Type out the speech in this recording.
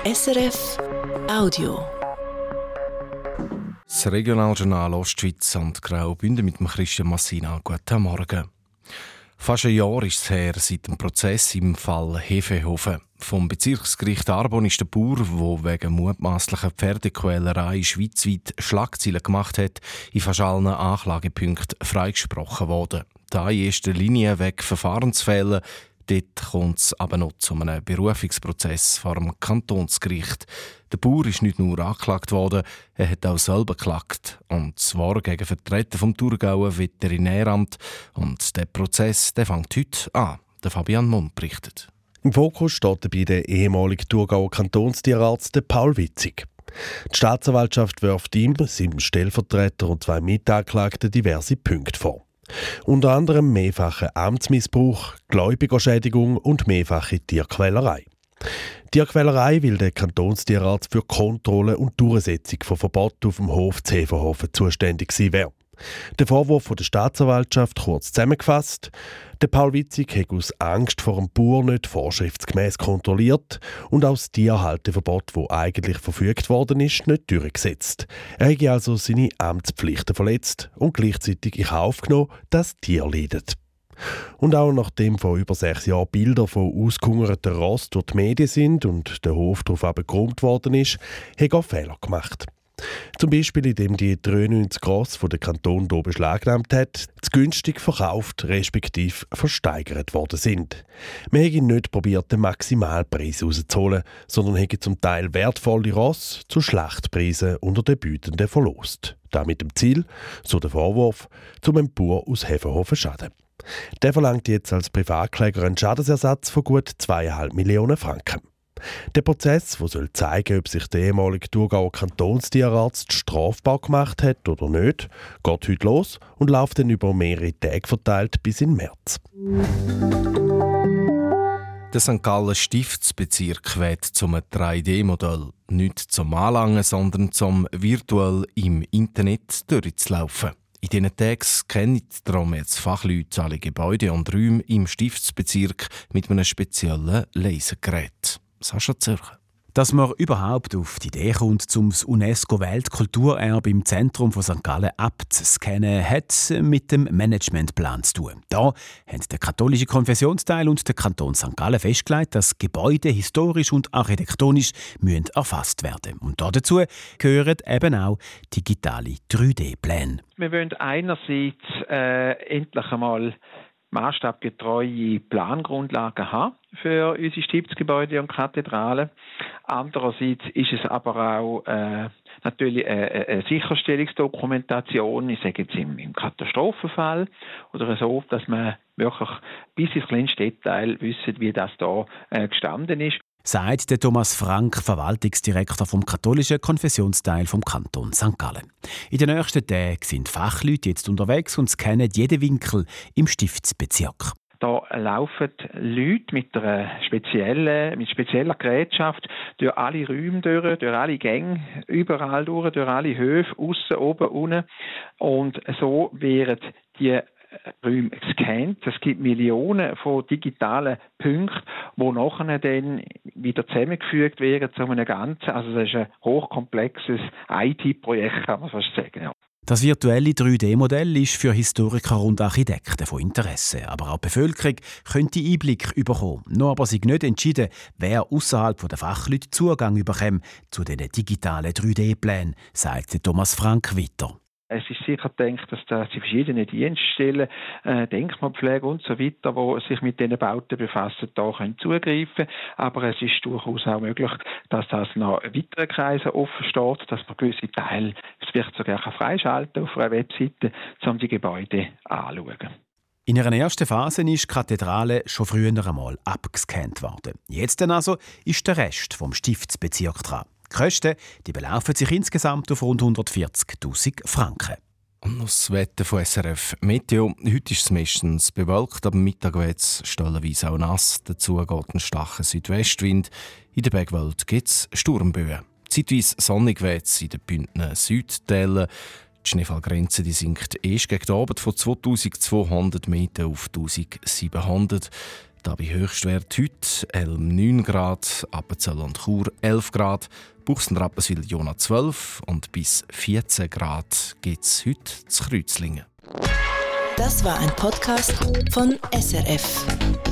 SRF Audio. Das Regionaljournal Ostschweiz und Graubünden mit dem Christian Massina. Guten Morgen. Fast ein Jahr ist es her seit dem Prozess im Fall Hefehofen. Vom Bezirksgericht Arbon ist der Bauer, der wegen mutmaßlicher Pferdequälerei schweizweit Schlagzeilen gemacht hat, in fast allen Anklagepunkten freigesprochen worden. Da in erster Linie wegen Verfahrensfällen. Dort kommt es aber noch zu einem Berufungsprozess vor dem Kantonsgericht. Der Bauer ist nicht nur angeklagt worden, er hat auch selber geklagt. Und zwar gegen Vertreter vom Thurgauer Veterinäramt. Und der Prozess der fängt heute an. Der Fabian Mund berichtet. Im Fokus steht dabei der ehemalige Thurgauer Kantonstierarzt Paul Witzig. Die Staatsanwaltschaft wirft ihm, seinem Stellvertreter und 2 Mitanklagten diverse Punkte vor. Unter anderem mehrfachen Amtsmissbrauch, Gläubigerschädigung und mehrfache Tierquälerei. Tierquälerei will der Kantonstierarzt für Kontrolle und Durchsetzung von Verboten auf dem Hof Zevenhofen zuständig sein wäre. Der Vorwurf von der Staatsanwaltschaft kurz zusammengefasst: Der Paul Witzig hat aus Angst vor dem Bauer nicht vorschriftsgemäß kontrolliert und auch das Tierhalteverbot, das eigentlich verfügt worden ist, nicht durchgesetzt. Er hat also seine Amtspflichten verletzt und gleichzeitig in Kauf genommen, dass Tier leidet. Und auch nachdem vor über 6 Jahren Bilder von ausgehungerten Ross durch die Medien sind und der Hof darauf geräumt worden ist, hat er Fehler gemacht. Zum Beispiel, indem die 93 Ross, die der Kanton hier beschlagnahmt hat, zu günstig verkauft respektive versteigert worden sind. Man hat nicht probiert, den Maximalpreis rauszuholen, sondern hat zum Teil wertvolle Ross zu Schlachtpreisen unter den Bietenden verlost. Das mit dem Ziel, so der Vorwurf, zum Bauer aus Hefehofen schaden. Der verlangt jetzt als Privatkläger einen Schadensersatz von gut 2,5 Millionen Franken. Der Prozess, der soll zeigen, ob sich der ehemalige Thurgauer Kantonstierarzt strafbar gemacht hat oder nicht, geht heute los und läuft dann über mehrere Tage verteilt bis in März. Der St. Gallen Stiftsbezirk wird zum 3D-Modell. Nicht zum Anlangen, sondern zum virtuell im Internet durchzulaufen. In diesen Tagen kennen darum jetzt Fachleute alle Gebäude und Räume im Stiftsbezirk mit einem speziellen Lasergerät. Sascha Zürcher. Dass man überhaupt auf die Idee kommt, das UNESCO-Weltkulturerbe im Zentrum von St. Gallen abzuscannen, hat mit dem Managementplan zu tun. Da haben der katholische Konfessionsteil und der Kanton St. Gallen festgelegt, dass Gebäude historisch und architektonisch erfasst werden müssen. Und dazu gehören eben auch digitale 3D-Pläne. Wir wollen einerseits endlich einmal maßstabgetreue Plangrundlagen haben für unsere Stiftsgebäude und Kathedralen. Andererseits ist es aber auch natürlich eine Sicherstellungsdokumentation, ich sage jetzt im Katastrophenfall oder so, dass man wirklich bis ins kleinste Detail wissen, wie das da gestanden ist. Sagt der Thomas Frank, Verwaltungsdirektor vom katholischen Konfessionsteil vom Kanton St. Gallen. In den nächsten Tagen sind Fachleute jetzt unterwegs und scannen jeden Winkel im Stiftsbezirk. Da laufen Leute mit spezieller Gerätschaft durch alle Räume durch alle Gänge, überall durch alle Höfe, aussen, oben, unten. Und so werden die Räume gescannt. Es gibt Millionen von digitalen Punkten, die nachher dann wieder zusammengefügt werden zu einem Ganzen. Also das ist ein hochkomplexes IT-Projekt, kann man fast sagen. Ja. Das virtuelle 3D-Modell ist für Historiker und Architekten von Interesse. Aber auch die Bevölkerung könnte Einblick bekommen. Noch aber sei nicht entschieden, wer außerhalb der Fachleute Zugang bekommt zu diesen digitalen 3D-Plänen, sagt Thomas Frank weiter. Es ist sicher gedacht, dass da die verschiedenen Dienststellen, Denkmalpflege und so weiter, die sich mit diesen Bauten befassen, da können zugreifen. Aber es ist durchaus auch möglich, dass das noch weiteren Kreisen offen steht, dass man gewisse Teile vielleicht sogar freischalten auf einer Webseite, um die Gebäude anzuschauen. In einer ersten Phase ist die Kathedrale schon früher einmal abgescannt worden. Jetzt dann also ist der Rest vom Stiftsbezirk dran. Die Kosten belaufen sich insgesamt auf rund 140'000 Franken. Und noch das Wetter von SRF Meteo. Heute ist es meistens bewölkt, aber am Mittag wird es stellenweise auch nass. Dazu geht ein starker Südwestwind. In der Bergwelt gibt es Sturmböen. Zeitweise sonnig wird es in den Bündner Südtälern. Die Schneefallgrenze sinkt erst gegen den Abend von 2200 Meter auf 1700. Da bei Höchstwert heute Elm 9 Grad, Appenzell und Chur 11 Grad, Buchsen-Rapperswil-Jona 12 und bis 14 Grad gibt es heute zu Kreuzlingen. Das war ein Podcast von SRF.